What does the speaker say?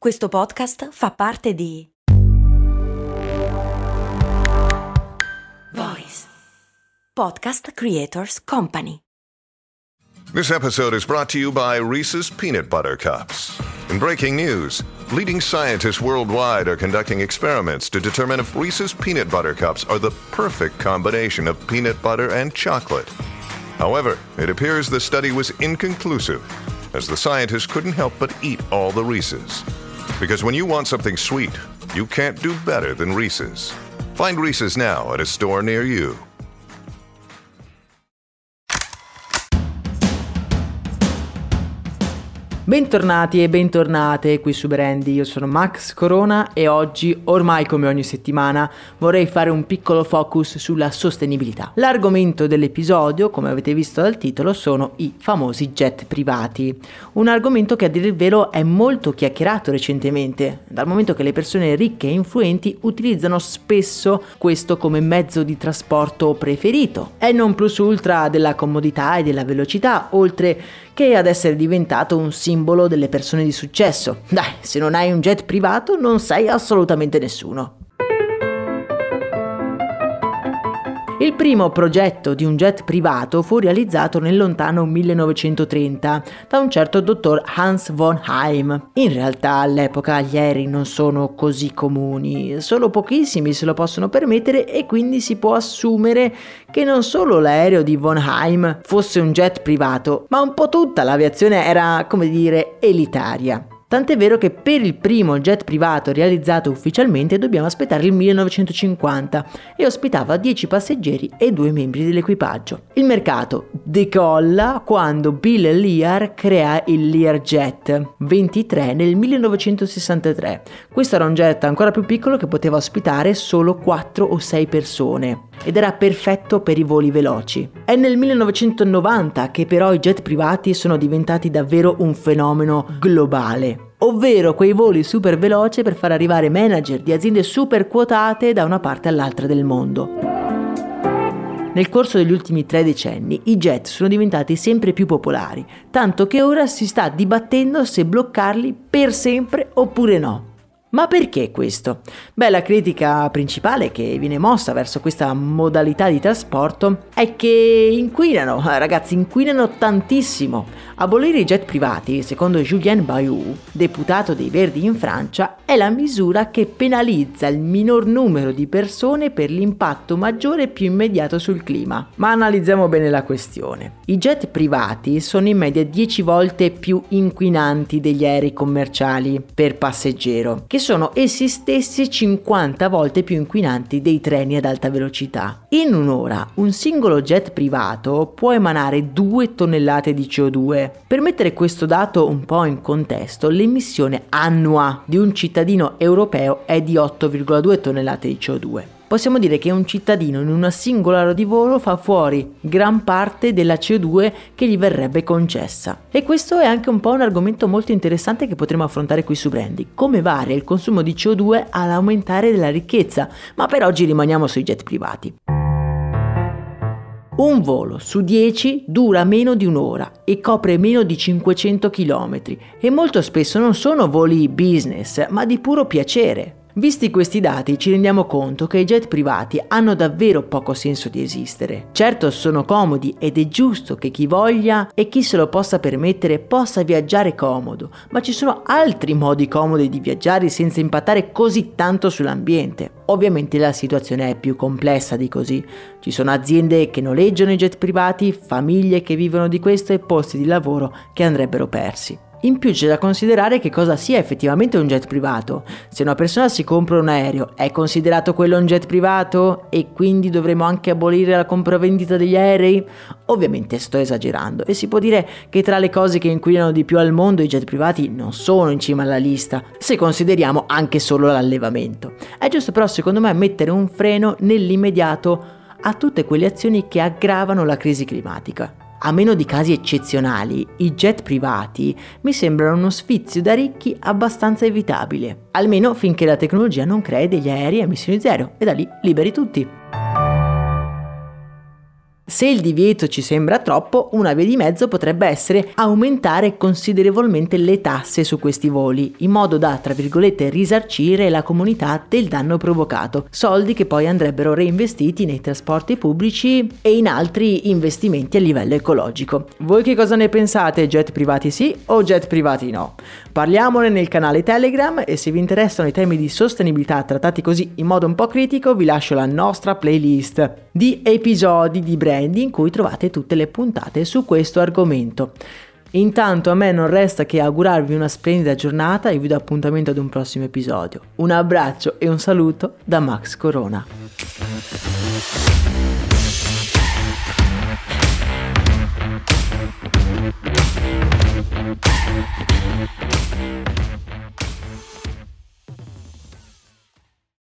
Questo podcast fa parte di Voice Podcast Creators Company. This episode is brought to you by Reese's Peanut Butter Cups. In breaking news, leading scientists worldwide are conducting experiments to determine if Reese's Peanut Butter Cups are the perfect combination of peanut butter and chocolate. However, it appears the study was inconclusive, as the scientists couldn't help but eat all the Reese's. Because when you want something sweet, you can't do better than Reese's. Find Reese's now at a store near you. Bentornati e bentornate qui su Brandy, io sono Max Corona e oggi, ormai come ogni settimana, vorrei fare un piccolo focus sulla sostenibilità. L'argomento dell'episodio, come avete visto dal titolo, sono i famosi jet privati. Un argomento che a dire il vero è molto chiacchierato recentemente, dal momento che le persone ricche e influenti utilizzano spesso questo come mezzo di trasporto preferito. È il non plus ultra della comodità e della velocità, oltre che ad essere diventato un simbolo delle persone di successo. Dai, se non hai un jet privato non sei assolutamente nessuno. Il primo progetto di un jet privato fu realizzato nel lontano 1930 da un certo dottor Hans von Heim. In realtà all'epoca gli aerei non sono così comuni, solo pochissimi se lo possono permettere e quindi si può assumere che non solo l'aereo di von Heim fosse un jet privato, ma un po' tutta l'aviazione era, come dire, elitaria. Tant'è vero che per il primo jet privato realizzato ufficialmente dobbiamo aspettare il 1950 e ospitava 10 passeggeri e 2 membri dell'equipaggio. Il mercato decolla quando Bill Lear crea il Learjet 23 nel 1963. Questo era un jet ancora più piccolo che poteva ospitare solo 4 o 6 persone ed era perfetto per i voli veloci. È nel 1990 che però i jet privati sono diventati davvero un fenomeno globale, ovvero quei voli super veloci per far arrivare manager di aziende super quotate da una parte all'altra del mondo. Nel corso degli ultimi 3 decenni i jet sono diventati sempre più popolari, tanto che ora si sta dibattendo se bloccarli per sempre oppure no. Ma perché questo? Beh, la critica principale che viene mossa verso questa modalità di trasporto è che inquinano, ragazzi, inquinano tantissimo. Abolire i jet privati, secondo Julien Bayou, deputato dei Verdi in Francia, è la misura che penalizza il minor numero di persone per l'impatto maggiore e più immediato sul clima. Ma analizziamo bene la questione. I jet privati sono in media 10 volte più inquinanti degli aerei commerciali per passeggero, che sono essi stessi 50 volte più inquinanti dei treni ad alta velocità. In un'ora un singolo jet privato può emanare 2 tonnellate di CO2. Per mettere questo dato un po' in contesto, l'emissione annua di un cittadino europeo è di 8,2 tonnellate di CO2. Possiamo dire che un cittadino in una singola ora di volo fa fuori gran parte della CO2 che gli verrebbe concessa. E questo è anche un po' un argomento molto interessante che potremo affrontare qui su Brandy. Come varia il consumo di CO2 all'aumentare della ricchezza? Ma per oggi rimaniamo sui jet privati. Un volo su 10 dura meno di un'ora e copre meno di 500 km e molto spesso non sono voli business, ma di puro piacere. Visti questi dati ci rendiamo conto che i jet privati hanno davvero poco senso di esistere. Certo sono comodi ed è giusto che chi voglia e chi se lo possa permettere possa viaggiare comodo, ma ci sono altri modi comodi di viaggiare senza impattare così tanto sull'ambiente. Ovviamente la situazione è più complessa di così. Ci sono aziende che noleggiano i jet privati, famiglie che vivono di questo e posti di lavoro che andrebbero persi. In più c'è da considerare che cosa sia effettivamente un jet privato. Se una persona si compra un aereo, è considerato quello un jet privato? E quindi dovremo anche abolire la compravendita degli aerei? Ovviamente sto esagerando e si può dire che tra le cose che inquinano di più al mondo i jet privati non sono in cima alla lista, se consideriamo anche solo l'allevamento. È giusto però secondo me mettere un freno nell'immediato a tutte quelle azioni che aggravano la crisi climatica. A meno di casi eccezionali, i jet privati mi sembrano uno sfizio da ricchi abbastanza evitabile, almeno finché la tecnologia non crei degli aerei a emissioni zero e da lì liberi tutti. Se il divieto ci sembra troppo, una via di mezzo potrebbe essere aumentare considerevolmente le tasse su questi voli, in modo da, tra virgolette, risarcire la comunità del danno provocato, soldi che poi andrebbero reinvestiti nei trasporti pubblici e in altri investimenti a livello ecologico. Voi che cosa ne pensate? Jet privati sì o jet privati no? Parliamone nel canale Telegram, e se vi interessano i temi di sostenibilità trattati così in modo un po' critico, vi lascio la nostra playlist di episodi di branding in cui trovate tutte le puntate su questo argomento. Intanto a me non resta che augurarvi una splendida giornata e vi do appuntamento ad un prossimo episodio. Un abbraccio e un saluto da Max Corona.